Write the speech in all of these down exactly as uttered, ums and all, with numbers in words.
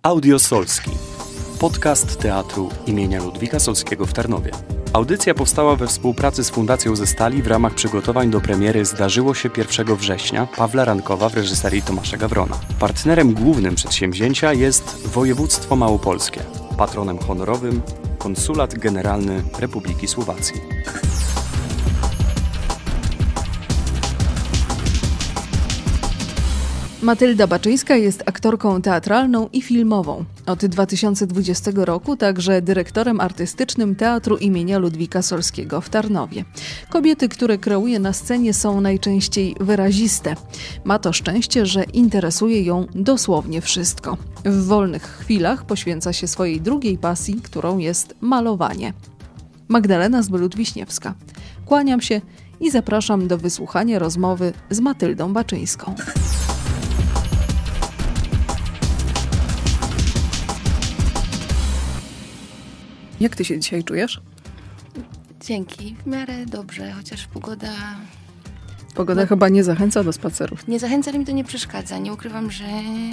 Audio Solski. Podcast Teatru imienia Ludwika Solskiego w Tarnowie. Audycja powstała we współpracy z Fundacją ze Stali w ramach przygotowań do premiery Zdarzyło się pierwszego września Pawła Rankowa w reżyserii Tomasza Gawrona. Partnerem głównym przedsięwzięcia jest Województwo Małopolskie. Patronem honorowym Konsulat Generalny Republiki Słowacji. Matylda Baczyńska jest aktorką teatralną i filmową. Od dwa tysiące dwudziestego roku także dyrektorem artystycznym Teatru imienia Ludwika Solskiego w Tarnowie. Kobiety, które kreuje na scenie, są najczęściej wyraziste. Ma to szczęście, że interesuje ją dosłownie wszystko. W wolnych chwilach poświęca się swojej drugiej pasji, którą jest malowanie. Magdalena Zbylut-Wiśniewska. Kłaniam się i zapraszam do wysłuchania rozmowy z Matyldą Baczyńską. Jak ty się dzisiaj czujesz? Dzięki. W miarę dobrze, chociaż pogoda... Pogoda no, chyba nie zachęca do spacerów. Nie zachęca, ale mi to nie przeszkadza. Nie ukrywam, że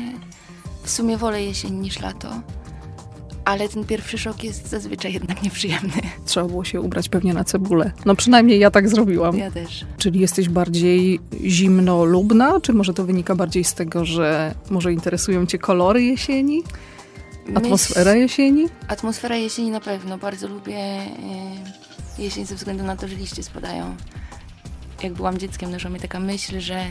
w sumie wolę jesień niż lato. Ale ten pierwszy szok jest zazwyczaj jednak nieprzyjemny. Trzeba było się ubrać pewnie na cebulę. No przynajmniej ja tak zrobiłam. Ja też. Czyli jesteś bardziej zimnolubna? Czy może to wynika bardziej z tego, że może interesują cię kolory jesieni? Atmosfera jesieni? Atmosfera jesieni na pewno. Bardzo lubię jesień ze względu na to, że liście spadają. Jak byłam dzieckiem, naszła mnie taka myśl, że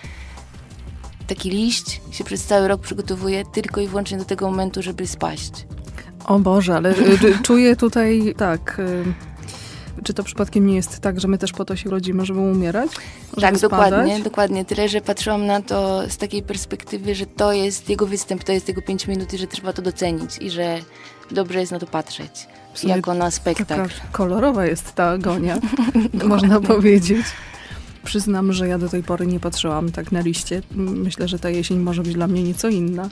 taki liść się przez cały rok przygotowuje tylko i wyłącznie do tego momentu, żeby spaść. O Boże, ale czuję tutaj tak... Czy to przypadkiem nie jest tak, że my też po to się rodzimy, żeby umierać? Żeby tak, spadać? dokładnie, dokładnie. Tyle, że patrzyłam na to z takiej perspektywy, że to jest jego występ, to jest jego pięć minut i że trzeba to docenić i że dobrze jest na to patrzeć. Jako na spektakl. Taka kolorowa jest ta agonia, można powiedzieć. Przyznam, że ja do tej pory nie patrzyłam tak na liście. Myślę, że ta jesień może być dla mnie nieco inna.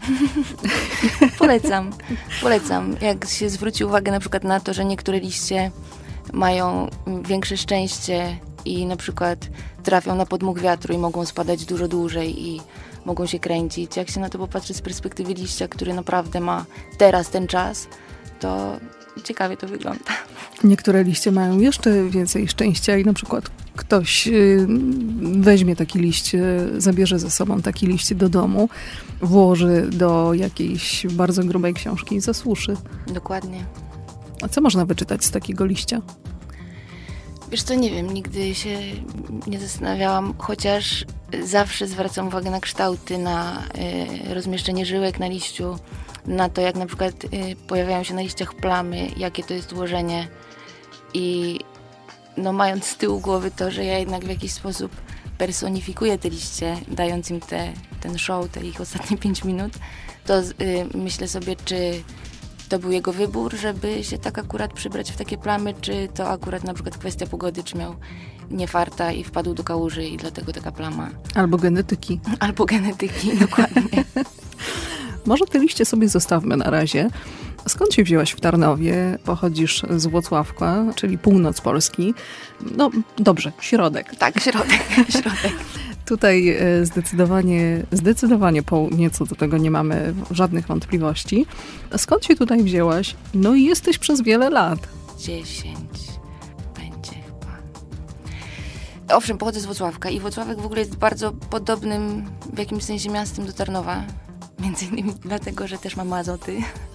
Polecam, polecam. Jak się zwróci uwagę na przykład na to, że niektóre liście mają większe szczęście i na przykład trafią na podmuch wiatru i mogą spadać dużo dłużej i mogą się kręcić. Jak się na to popatrzy z perspektywy liścia, który naprawdę ma teraz ten czas, to ciekawie to wygląda. Niektóre liście mają jeszcze więcej szczęścia i na przykład ktoś weźmie taki liść, zabierze ze sobą taki liść do domu, włoży do jakiejś bardzo grubej książki i zasuszy. Dokładnie. A co można wyczytać z takiego liścia? Wiesz co, nie wiem, nigdy się nie zastanawiałam, chociaż zawsze zwracam uwagę na kształty, na y, rozmieszczenie żyłek na liściu, na to, jak na przykład y, pojawiają się na liściach plamy, jakie to jest ułożenie i no, mając z tyłu głowy to, że ja jednak w jakiś sposób personifikuję te liście, dając im te, ten show, te ich ostatnie pięć minut, to y, myślę sobie, czy to był jego wybór, żeby się tak akurat przybrać w takie plamy, czy to akurat na przykład kwestia pogody, czy miał nie farta i wpadł do kałuży i dlatego taka plama. Albo genetyki. Albo genetyki, dokładnie. Może te liście sobie zostawmy na razie. Skąd się wzięłaś w Tarnowie? Pochodzisz z Włocławka, czyli północ Polski. No dobrze, środek. Tak, środek, środek. Tutaj zdecydowanie, zdecydowanie po nieco do tego nie mamy żadnych wątpliwości. Skąd się tutaj wzięłaś? No i jesteś przez wiele lat. Dziesięć będzie chyba. Owszem, pochodzę z Włocławka i Włocławek w ogóle jest bardzo podobnym w jakimś sensie miastem do Tarnowa. Między innymi dlatego, że też mamy Azoty.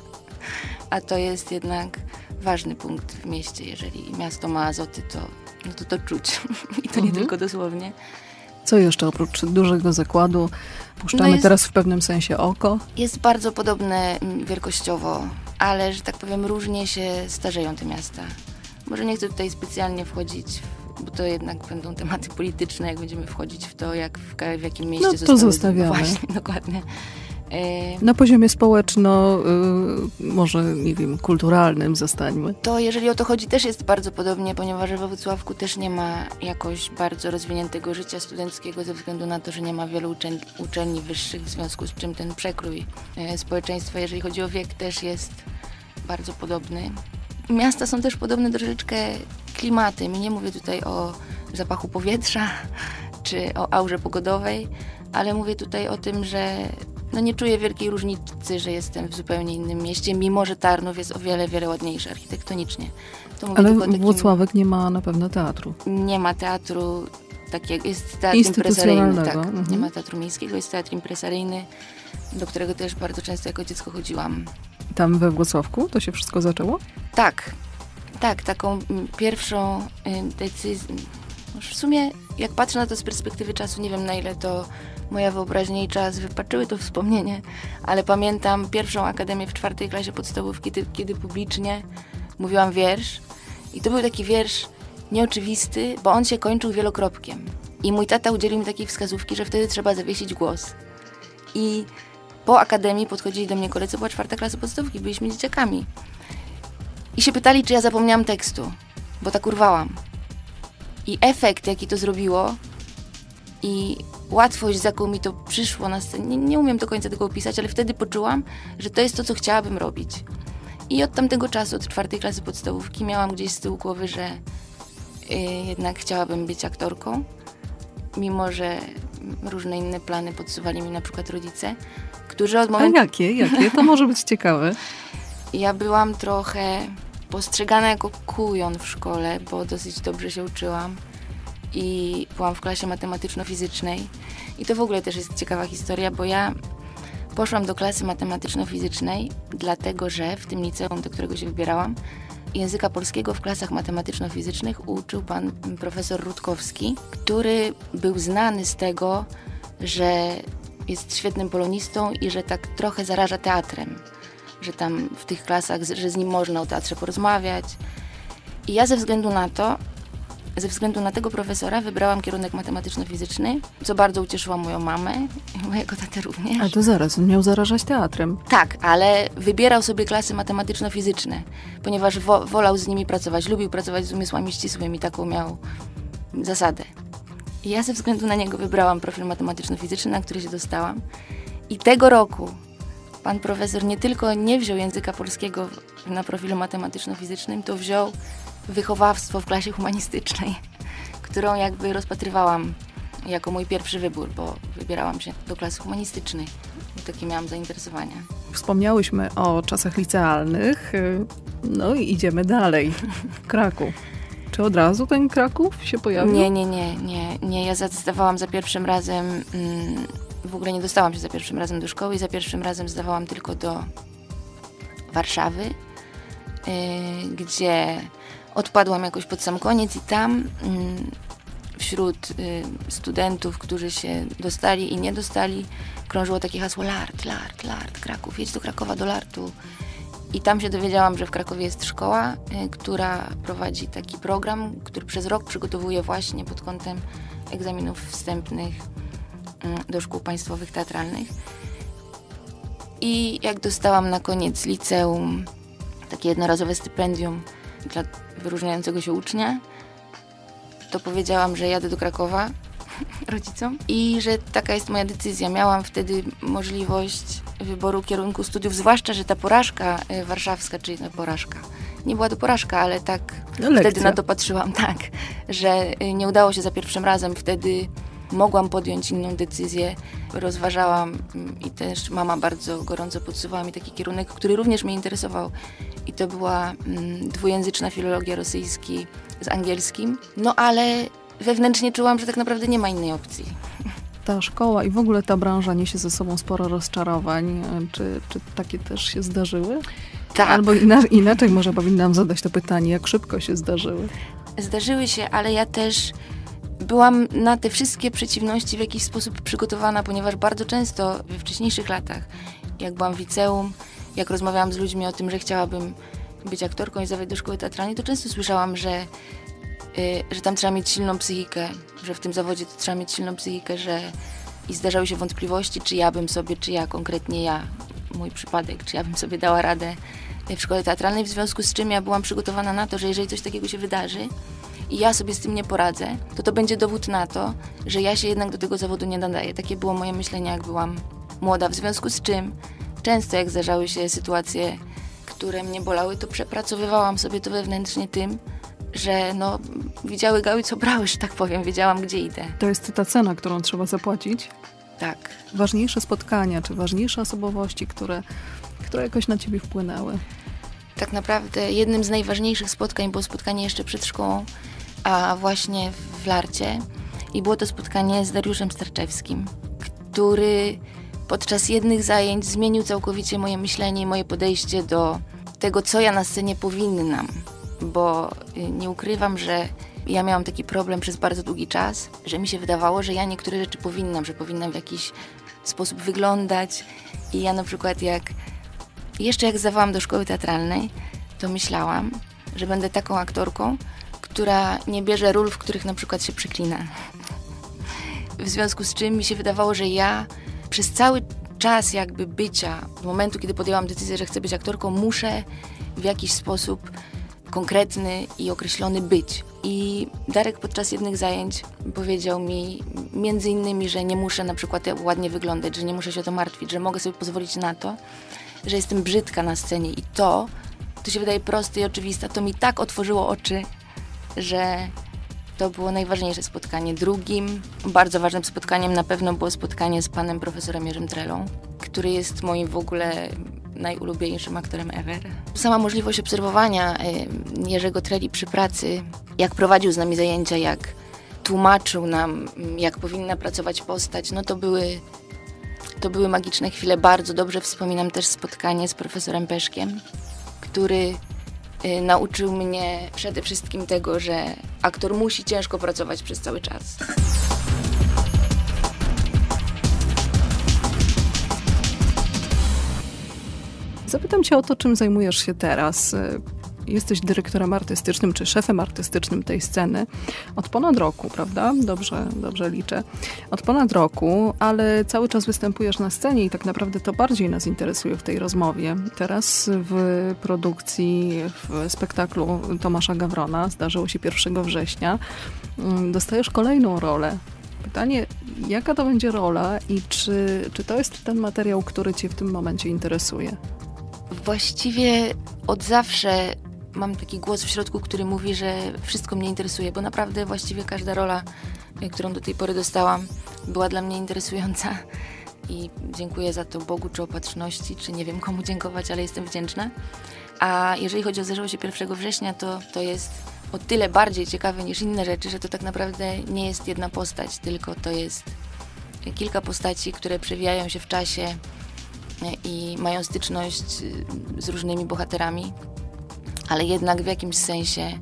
A to jest jednak ważny punkt w mieście. Jeżeli miasto ma Azoty, to, no to, to czuć. I to nie mhm. tylko dosłownie. Co jeszcze oprócz dużego zakładu? Puszczamy no jest, teraz w pewnym sensie oko. Jest bardzo podobne wielkościowo, ale, że tak powiem, różnie się starzeją te miasta. Może nie chcę tutaj specjalnie wchodzić, bo to jednak będą tematy polityczne, jak będziemy wchodzić w to, jak w, w jakim mieście no, to zostały... zostawiamy. Właśnie, dokładnie. Na poziomie społeczno, yy, może nie wiem, kulturalnym zostańmy. To jeżeli o to chodzi, też jest bardzo podobnie, ponieważ we Włocławku też nie ma jakoś bardzo rozwiniętego życia studenckiego ze względu na to, że nie ma wielu uczelni, uczelni wyższych, w związku z czym ten przekrój yy, społeczeństwa, jeżeli chodzi o wiek, też jest bardzo podobny. Miasta są też podobne troszeczkę klimatem i nie mówię tutaj o zapachu powietrza czy o aurze pogodowej, ale mówię tutaj o tym, że no nie czuję wielkiej różnicy, że jestem w zupełnie innym mieście, mimo że Tarnów jest o wiele, wiele ładniejszy architektonicznie. To mówię Ale tylko o takim, Włocławek nie ma na pewno teatru. Nie ma teatru takiego, jest teatr impresaryjny, tak. Mhm. Nie ma teatru miejskiego, jest teatr impresaryjny, do którego też bardzo często jako dziecko chodziłam. Tam we Włocławku to się wszystko zaczęło? Tak, tak, taką pierwszą decyzję. W sumie, jak patrzę na to z perspektywy czasu, nie wiem na ile to moja wyobraźnia i czas wypaczyły to wspomnienie, ale pamiętam pierwszą akademię w czwartej klasie podstawówki, kiedy, kiedy publicznie mówiłam wiersz i to był taki wiersz nieoczywisty, bo on się kończył wielokropkiem i mój tata udzielił mi takiej wskazówki, że wtedy trzeba zawiesić głos. I po akademii podchodzili do mnie koledzy, była czwarta klasa podstawówki, byliśmy dzieciakami i się pytali, czy ja zapomniałam tekstu, bo tak urwałam. I efekt, jaki to zrobiło i łatwość, z jaką mi to przyszło na scenie, nie, nie umiem do końca tego opisać, ale wtedy poczułam, że to jest to, co chciałabym robić. I od tamtego czasu, od czwartej klasy podstawówki, miałam gdzieś z tyłu głowy, że y, jednak chciałabym być aktorką, mimo że różne inne plany podsuwali mi na przykład rodzice, którzy od momentu... A jakie? Jakie? To może być ciekawe. Ja byłam trochę postrzegana jako kujon w szkole, bo dosyć dobrze się uczyłam i byłam w klasie matematyczno-fizycznej. I to w ogóle też jest ciekawa historia, bo ja poszłam do klasy matematyczno-fizycznej, dlatego że w tym liceum, do którego się wybierałam, języka polskiego w klasach matematyczno-fizycznych uczył pan profesor Rutkowski, który był znany z tego, że jest świetnym polonistą i że tak trochę zaraża teatrem. Że tam w tych klasach, że z nim można o teatrze porozmawiać. I ja ze względu na to, ze względu na tego profesora wybrałam kierunek matematyczno-fizyczny, co bardzo ucieszyło moją mamę i mojego tatę również. A to zaraz, on miał zarażać teatrem. Tak, ale wybierał sobie klasy matematyczno-fizyczne, ponieważ wo- wolał z nimi pracować, lubił pracować z umysłami ścisłymi, taką miał zasadę. I ja ze względu na niego wybrałam profil matematyczno-fizyczny, na który się dostałam. I tego roku pan profesor nie tylko nie wziął języka polskiego na profilu matematyczno-fizycznym, to wziął wychowawstwo w klasie humanistycznej, którą jakby rozpatrywałam jako mój pierwszy wybór, bo wybierałam się do klasy humanistycznej, bo takie miałam zainteresowania. Wspomniałyśmy o czasach licealnych, no i idziemy dalej. Kraków. Czy od razu ten Kraków się pojawił? Nie, nie, nie, nie, nie. Ja zdawałam za pierwszym razem... Mm, w ogóle nie dostałam się za pierwszym razem do szkoły i za pierwszym razem zdawałam tylko do Warszawy, yy, gdzie odpadłam jakoś pod sam koniec i tam yy, wśród yy, studentów, którzy się dostali i nie dostali, krążyło takie hasło Lart, Lart, Lart, Kraków, jedź do Krakowa, do Lartu. I tam się dowiedziałam, że w Krakowie jest szkoła, yy, która prowadzi taki program, który przez rok przygotowuje właśnie pod kątem egzaminów wstępnych do szkół państwowych teatralnych. I jak dostałam na koniec liceum takie jednorazowe stypendium dla wyróżniającego się ucznia, to powiedziałam, że jadę do Krakowa rodzicom i że taka jest moja decyzja. Miałam wtedy możliwość wyboru kierunku studiów, zwłaszcza, że ta porażka warszawska, czyli no porażka, nie była to porażka, ale tak no, wtedy na to patrzyłam, tak, że nie udało się za pierwszym razem. Wtedy mogłam podjąć inną decyzję, rozważałam i też mama bardzo gorąco podsuwała mi taki kierunek, który również mnie interesował i to była mm, dwujęzyczna filologia rosyjski z angielskim, no ale wewnętrznie czułam, że tak naprawdę nie ma innej opcji. Ta szkoła i w ogóle ta branża niesie ze sobą sporo rozczarowań. Czy, czy takie też się zdarzyły? Tak. Albo ina- inaczej może powinnam zadać to pytanie, jak szybko się zdarzyły? Zdarzyły się, ale ja też byłam na te wszystkie przeciwności w jakiś sposób przygotowana, ponieważ bardzo często we wcześniejszych latach, jak byłam w liceum, jak rozmawiałam z ludźmi o tym, że chciałabym być aktorką i zawieźć do szkoły teatralnej, to często słyszałam, że, yy, że tam trzeba mieć silną psychikę, że w tym zawodzie to trzeba mieć silną psychikę, że i zdarzały się wątpliwości, czy ja bym sobie, czy ja, konkretnie ja, mój przypadek, czy ja bym sobie dała radę w szkole teatralnej, w związku z czym ja byłam przygotowana na to, że jeżeli coś takiego się wydarzy, i ja sobie z tym nie poradzę, to to będzie dowód na to, że ja się jednak do tego zawodu nie nadaję. Takie było moje myślenie, jak byłam młoda. W związku z czym często jak zdarzały się sytuacje, które mnie bolały, to przepracowywałam sobie to wewnętrznie tym, że no, widziały gały, co brały, że tak powiem. Wiedziałam, gdzie idę. To jest ta cena, którą trzeba zapłacić? Tak. Ważniejsze spotkania, czy ważniejsze osobowości, które, które jakoś na ciebie wpłynęły? Tak naprawdę jednym z najważniejszych spotkań było spotkanie jeszcze przed szkołą, a właśnie w Larcie. I było to spotkanie z Dariuszem Starczewskim, który podczas jednych zajęć zmienił całkowicie moje myślenie i moje podejście do tego, co ja na scenie powinnam. Bo nie ukrywam, że ja miałam taki problem przez bardzo długi czas, że mi się wydawało, że ja niektóre rzeczy powinnam, że powinnam w jakiś sposób wyglądać. I ja na przykład jak, jeszcze jak zdawałam do szkoły teatralnej, to myślałam, że będę taką aktorką, która nie bierze ról, w których na przykład się przyklina. W związku z czym mi się wydawało, że ja przez cały czas jakby bycia, od momentu, kiedy podjęłam decyzję, że chcę być aktorką, muszę w jakiś sposób konkretny i określony być. I Darek podczas jednych zajęć powiedział mi między innymi, że nie muszę na przykład ładnie wyglądać, że nie muszę się o to martwić, że mogę sobie pozwolić na to, że jestem brzydka na scenie. I to, to się wydaje proste i oczywiste, to mi tak otworzyło oczy, że to było najważniejsze spotkanie. Drugim bardzo ważnym spotkaniem na pewno było spotkanie z panem profesorem Jerzym Trelą, który jest moim w ogóle najulubieńszym aktorem ever. Sama możliwość obserwowania Jerzego Treli przy pracy, jak prowadził z nami zajęcia, jak tłumaczył nam, jak powinna pracować postać, no to były, to były magiczne chwile. Bardzo dobrze wspominam też spotkanie z profesorem Peszkiem, który nauczył mnie przede wszystkim tego, że aktor musi ciężko pracować przez cały czas. Zapytam cię o to, czym zajmujesz się teraz. Jesteś dyrektorem artystycznym, czy szefem artystycznym tej sceny od ponad roku, prawda? Dobrze, dobrze liczę. Od ponad roku, ale cały czas występujesz na scenie i tak naprawdę to bardziej nas interesuje w tej rozmowie. Teraz w produkcji, w spektaklu Tomasza Gawrona, zdarzyło się pierwszego września, dostajesz kolejną rolę. Pytanie, jaka to będzie rola i czy, czy to jest ten materiał, który cię w tym momencie interesuje? Właściwie od zawsze mam taki głos w środku, który mówi, że wszystko mnie interesuje, bo naprawdę właściwie każda rola, którą do tej pory dostałam, była dla mnie interesująca i dziękuję za to Bogu, czy Opatrzności, czy nie wiem komu dziękować, ale jestem wdzięczna. A jeżeli chodzi o Zdarzyło się pierwszego września, to to jest o tyle bardziej ciekawe niż inne rzeczy, że to tak naprawdę nie jest jedna postać, tylko to jest kilka postaci, które przewijają się w czasie i mają styczność z różnymi bohaterami, ale jednak w jakimś sensie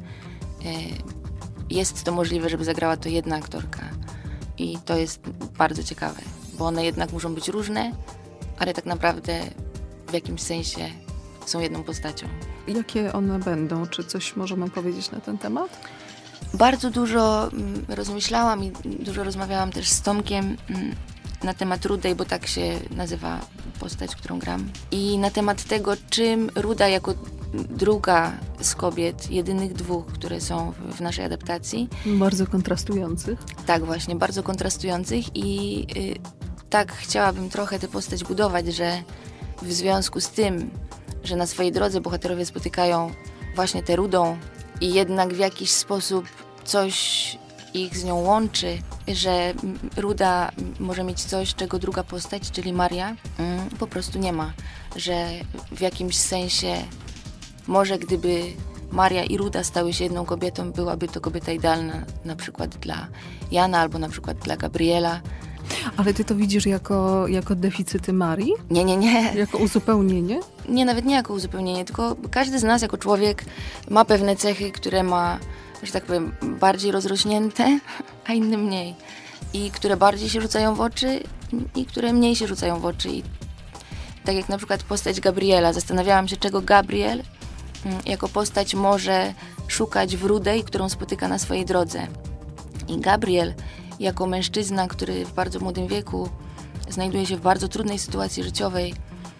jest to możliwe, żeby zagrała to jedna aktorka. I to jest bardzo ciekawe, bo one jednak muszą być różne, ale tak naprawdę w jakimś sensie są jedną postacią. Jakie one będą? Czy coś możemy powiedzieć na ten temat? Bardzo dużo rozmyślałam i dużo rozmawiałam też z Tomkiem na temat Rudej, bo tak się nazywa postać, którą gram. I na temat tego, czym Ruda jako druga z kobiet, jedynych dwóch, które są w naszej adaptacji. Bardzo kontrastujących. Tak, właśnie, bardzo kontrastujących i y, tak chciałabym trochę tę postać budować, że w związku z tym, że na swojej drodze bohaterowie spotykają właśnie tę Rudą i jednak w jakiś sposób coś ich z nią łączy, że Ruda może mieć coś, czego druga postać, czyli Maria, mm, po prostu nie ma. Że w jakimś sensie może gdyby Maria i Ruda stały się jedną kobietą, byłaby to kobieta idealna na przykład dla Jana albo na przykład dla Gabriela. Ale ty to widzisz jako, jako deficyty Marii? Nie, nie, nie. Jako uzupełnienie? Nie, nawet nie jako uzupełnienie, tylko każdy z nas jako człowiek ma pewne cechy, które ma, że tak powiem, bardziej rozrośnięte, a inne mniej. I które bardziej się rzucają w oczy i które mniej się rzucają w oczy. I tak jak na przykład postać Gabriela. Zastanawiałam się, czego Gabriel jako postać może szukać w Rudej, którą spotyka na swojej drodze. I Gabriel jako mężczyzna, który w bardzo młodym wieku znajduje się w bardzo trudnej sytuacji życiowej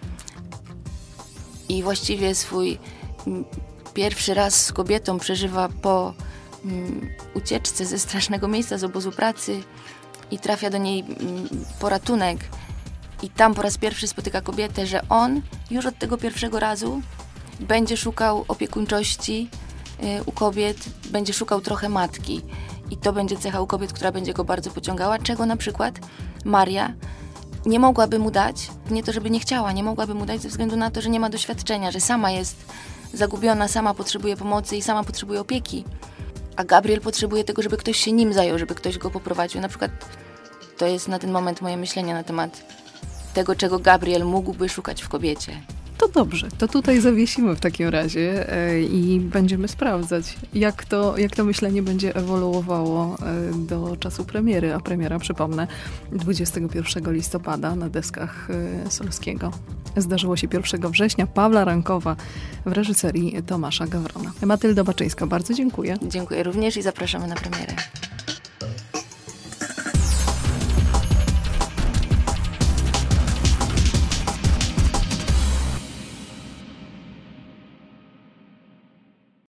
i właściwie swój pierwszy raz z kobietą przeżywa po um, ucieczce ze strasznego miejsca, z obozu pracy i trafia do niej um, po ratunek i tam po raz pierwszy spotyka kobietę, że on już od tego pierwszego razu będzie szukał opiekuńczości y, u kobiet, będzie szukał trochę matki. I to będzie cecha u kobiet, która będzie go bardzo pociągała, czego na przykład Maria nie mogłaby mu dać, nie to żeby nie chciała, nie mogłaby mu dać ze względu na to, że nie ma doświadczenia, że sama jest zagubiona, sama potrzebuje pomocy i sama potrzebuje opieki. A Gabriel potrzebuje tego, żeby ktoś się nim zajął, żeby ktoś go poprowadził. Na przykład to jest na ten moment moje myślenie na temat tego, czego Gabriel mógłby szukać w kobiecie. To dobrze, to tutaj zawiesimy w takim razie e, i będziemy sprawdzać, jak to, jak to myślenie będzie ewoluowało e, do czasu premiery. A premiera, przypomnę, dwudziestego pierwszego listopada na deskach e, Solskiego. Zdarzyło się pierwszego września. Pawła Rankowa w reżyserii Tomasza Gawrona. Matylda Baczyńska, bardzo dziękuję. Dziękuję również i zapraszamy na premierę.